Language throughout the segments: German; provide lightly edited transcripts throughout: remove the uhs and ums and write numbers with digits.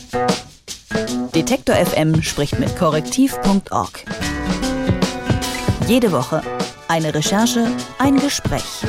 Detektor FM spricht mit korrektiv.org. Jede Woche eine Recherche, ein Gespräch.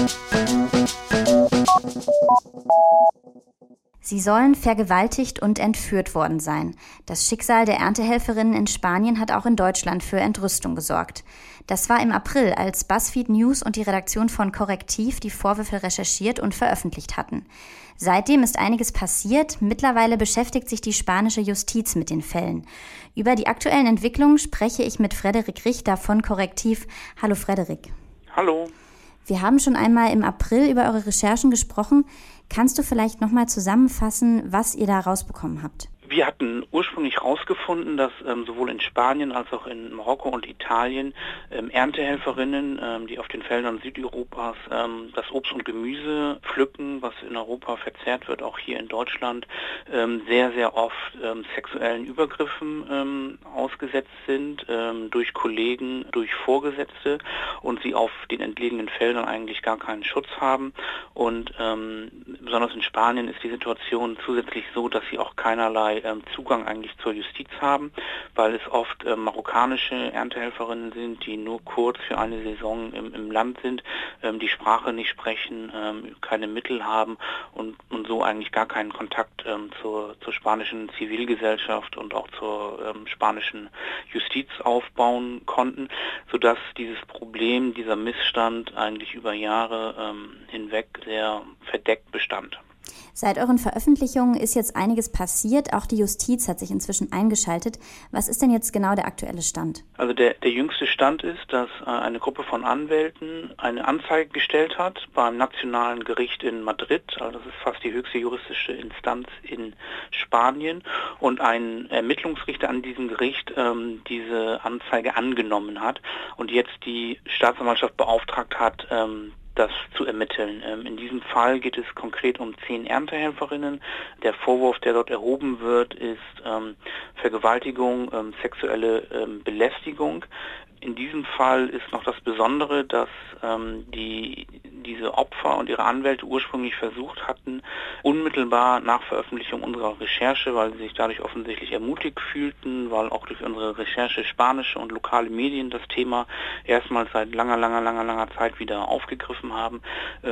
Sie sollen vergewaltigt und entführt worden sein. Das Schicksal der Erntehelferinnen in Spanien hat auch in Deutschland für Entrüstung gesorgt. Das war im April, als BuzzFeed News und die Redaktion von Korrektiv die Vorwürfe recherchiert und veröffentlicht hatten. Seitdem ist einiges passiert. Mittlerweile beschäftigt sich die spanische Justiz mit den Fällen. Über die aktuellen Entwicklungen spreche ich mit Frederik Richter von Korrektiv. Hallo Frederik. Hallo. Wir haben schon einmal im April über eure Recherchen gesprochen. Kannst du vielleicht nochmal zusammenfassen, was ihr da rausbekommen habt? Wir hatten ursprünglich herausgefunden, dass sowohl in Spanien als auch in Marokko und Italien Erntehelferinnen, die auf den Feldern Südeuropas das Obst und Gemüse pflücken, was in Europa verzehrt wird, auch hier in Deutschland, sehr, sehr oft sexuellen Übergriffen ausgesetzt sind, durch Kollegen, durch Vorgesetzte, und sie auf den entlegenen Feldern eigentlich gar keinen Schutz haben. Und besonders in Spanien ist die Situation zusätzlich so, dass sie auch keinerlei Zugang eigentlich zur Justiz haben, weil es oft marokkanische Erntehelferinnen sind, die nur kurz für eine Saison im Land sind, die Sprache nicht sprechen, keine Mittel haben und so eigentlich gar keinen Kontakt zur spanischen Zivilgesellschaft und auch zur spanischen Justiz aufbauen konnten, sodass dieses Problem, dieser Missstand eigentlich über Jahre hinweg sehr verdeckt bestand. Seit euren Veröffentlichungen ist jetzt einiges passiert. Auch die Justiz hat sich inzwischen eingeschaltet. Was ist denn jetzt genau der aktuelle Stand? Also der jüngste Stand ist, dass eine Gruppe von Anwälten eine Anzeige gestellt hat beim Nationalen Gericht in Madrid. Also das ist fast die höchste juristische Instanz in Spanien. Und ein Ermittlungsrichter an diesem Gericht diese Anzeige angenommen hat und jetzt die Staatsanwaltschaft beauftragt hat, das zu ermitteln. In diesem Fall geht es konkret um 10 Erntehelferinnen. Der Vorwurf, der dort erhoben wird, ist Vergewaltigung, sexuelle Belästigung. In diesem Fall ist noch das Besondere, dass diese Opfer und ihre Anwälte ursprünglich versucht hatten, unmittelbar nach Veröffentlichung unserer Recherche, weil sie sich dadurch offensichtlich ermutigt fühlten, weil auch durch unsere Recherche spanische und lokale Medien das Thema erstmals seit langer Zeit wieder aufgegriffen haben,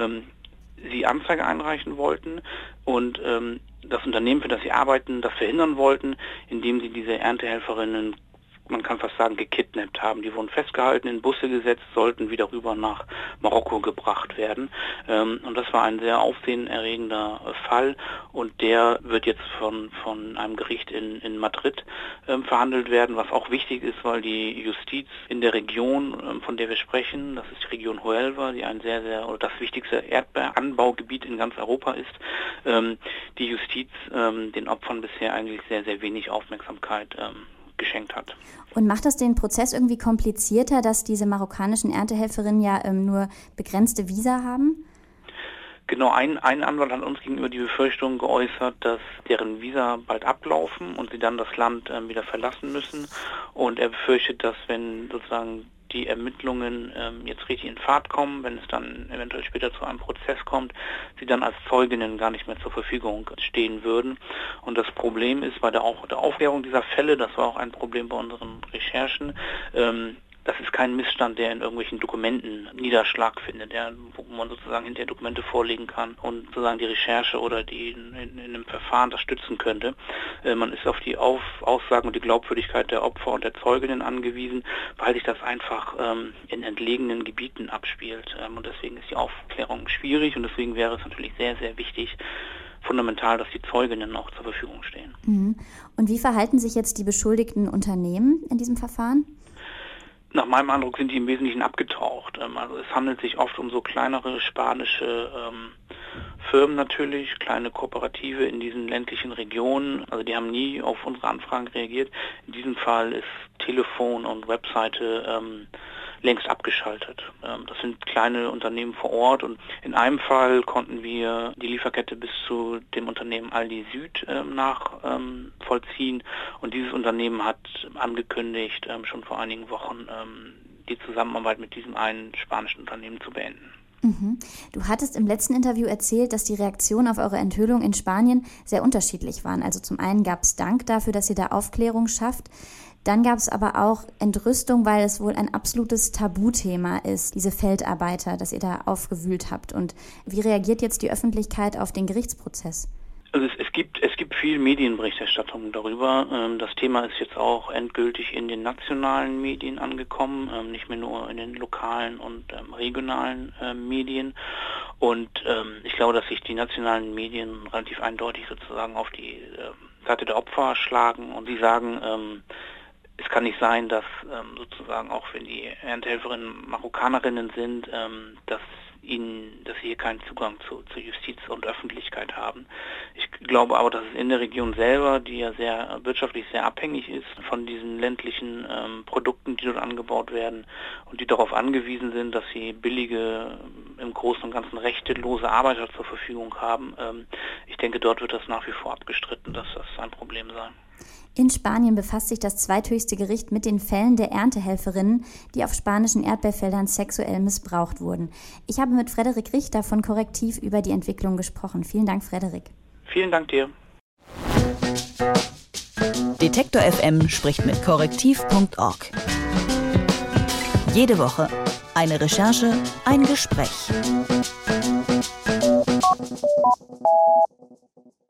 sie Anzeige einreichen wollten und das Unternehmen, für das sie arbeiten, das verhindern wollten, indem sie diese Erntehelferinnen, man kann fast sagen, gekidnappt haben. Die wurden festgehalten, in Busse gesetzt, sollten wieder rüber nach Marokko gebracht werden. Und das war ein sehr aufsehenerregender Fall und der wird jetzt von einem Gericht in Madrid verhandelt werden, was auch wichtig ist, weil die Justiz in der Region, von der wir sprechen, das ist die Region Huelva, die ein oder das wichtigste Erdbeeranbaugebiet in ganz Europa ist, die Justiz den Opfern bisher eigentlich sehr, sehr wenig Aufmerksamkeit geschenkt hat. Und macht das den Prozess irgendwie komplizierter, dass diese marokkanischen Erntehelferinnen ja nur begrenzte Visa haben? Genau, ein Anwalt hat uns gegenüber die Befürchtung geäußert, dass deren Visa bald ablaufen und sie dann das Land wieder verlassen müssen. Und er befürchtet, dass wenn sozusagen die Ermittlungen jetzt richtig in Fahrt kommen, wenn es dann eventuell später zu einem Prozess kommt, sie dann als Zeuginnen gar nicht mehr zur Verfügung stehen würden. Und das Problem ist bei der Aufklärung dieser Fälle, das war auch ein Problem bei unseren Recherchen, das ist kein Missstand, der in irgendwelchen Dokumenten Niederschlag findet, wo man sozusagen hinterher Dokumente vorlegen kann und sozusagen die Recherche oder die in einem Verfahren das stützen könnte. Man ist auf die Aussagen und die Glaubwürdigkeit der Opfer und der Zeuginnen angewiesen, weil sich das einfach in entlegenen Gebieten abspielt. Und deswegen ist die Aufklärung schwierig und deswegen wäre es natürlich sehr, sehr wichtig, fundamental, dass die Zeuginnen auch zur Verfügung stehen. Und wie verhalten sich jetzt die beschuldigten Unternehmen in diesem Verfahren? Nach meinem Eindruck sind die im Wesentlichen abgetaucht. Also es handelt sich oft um so kleinere spanische Firmen natürlich, kleine Kooperative in diesen ländlichen Regionen. Also die haben nie auf unsere Anfragen reagiert. In diesem Fall ist Telefon und Webseite längst abgeschaltet. Das sind kleine Unternehmen vor Ort und in einem Fall konnten wir die Lieferkette bis zu dem Unternehmen Aldi Süd nachvollziehen und dieses Unternehmen hat angekündigt, schon vor einigen Wochen die Zusammenarbeit mit diesem einen spanischen Unternehmen zu beenden. Du hattest im letzten Interview erzählt, dass die Reaktionen auf eure Enthüllung in Spanien sehr unterschiedlich waren. Also zum einen gab es Dank dafür, dass ihr da Aufklärung schafft. Dann gab es aber auch Entrüstung, weil es wohl ein absolutes Tabuthema ist, diese Feldarbeiter, das ihr da aufgewühlt habt. Und wie reagiert jetzt die Öffentlichkeit auf den Gerichtsprozess? Also es gibt viel Medienberichterstattung darüber. Das Thema ist jetzt auch endgültig in den nationalen Medien angekommen, nicht mehr nur in den lokalen und regionalen Medien. Und ich glaube, dass sich die nationalen Medien relativ eindeutig sozusagen auf die Seite der Opfer schlagen und sie sagen, es kann nicht sein, dass sozusagen auch wenn die Erntehelferinnen Marokkanerinnen sind, dass sie hier keinen Zugang zu Justiz und Öffentlichkeit haben. Ich glaube aber, dass es in der Region selber, die ja wirtschaftlich sehr abhängig ist von diesen ländlichen Produkten, die dort angebaut werden und die darauf angewiesen sind, dass sie billige, im Großen und Ganzen rechtelose Arbeiter zur Verfügung haben. Ich denke, dort wird das nach wie vor abgestritten, dass das ein Problem sei. In Spanien befasst sich das zweithöchste Gericht mit den Fällen der Erntehelferinnen, die auf spanischen Erdbeerfeldern sexuell missbraucht wurden. Ich habe mit Frederik Richter von Correctiv über die Entwicklung gesprochen. Vielen Dank, Frederik. Vielen Dank dir. Detektor FM spricht mit Correctiv.org. Jede Woche eine Recherche, ein Gespräch.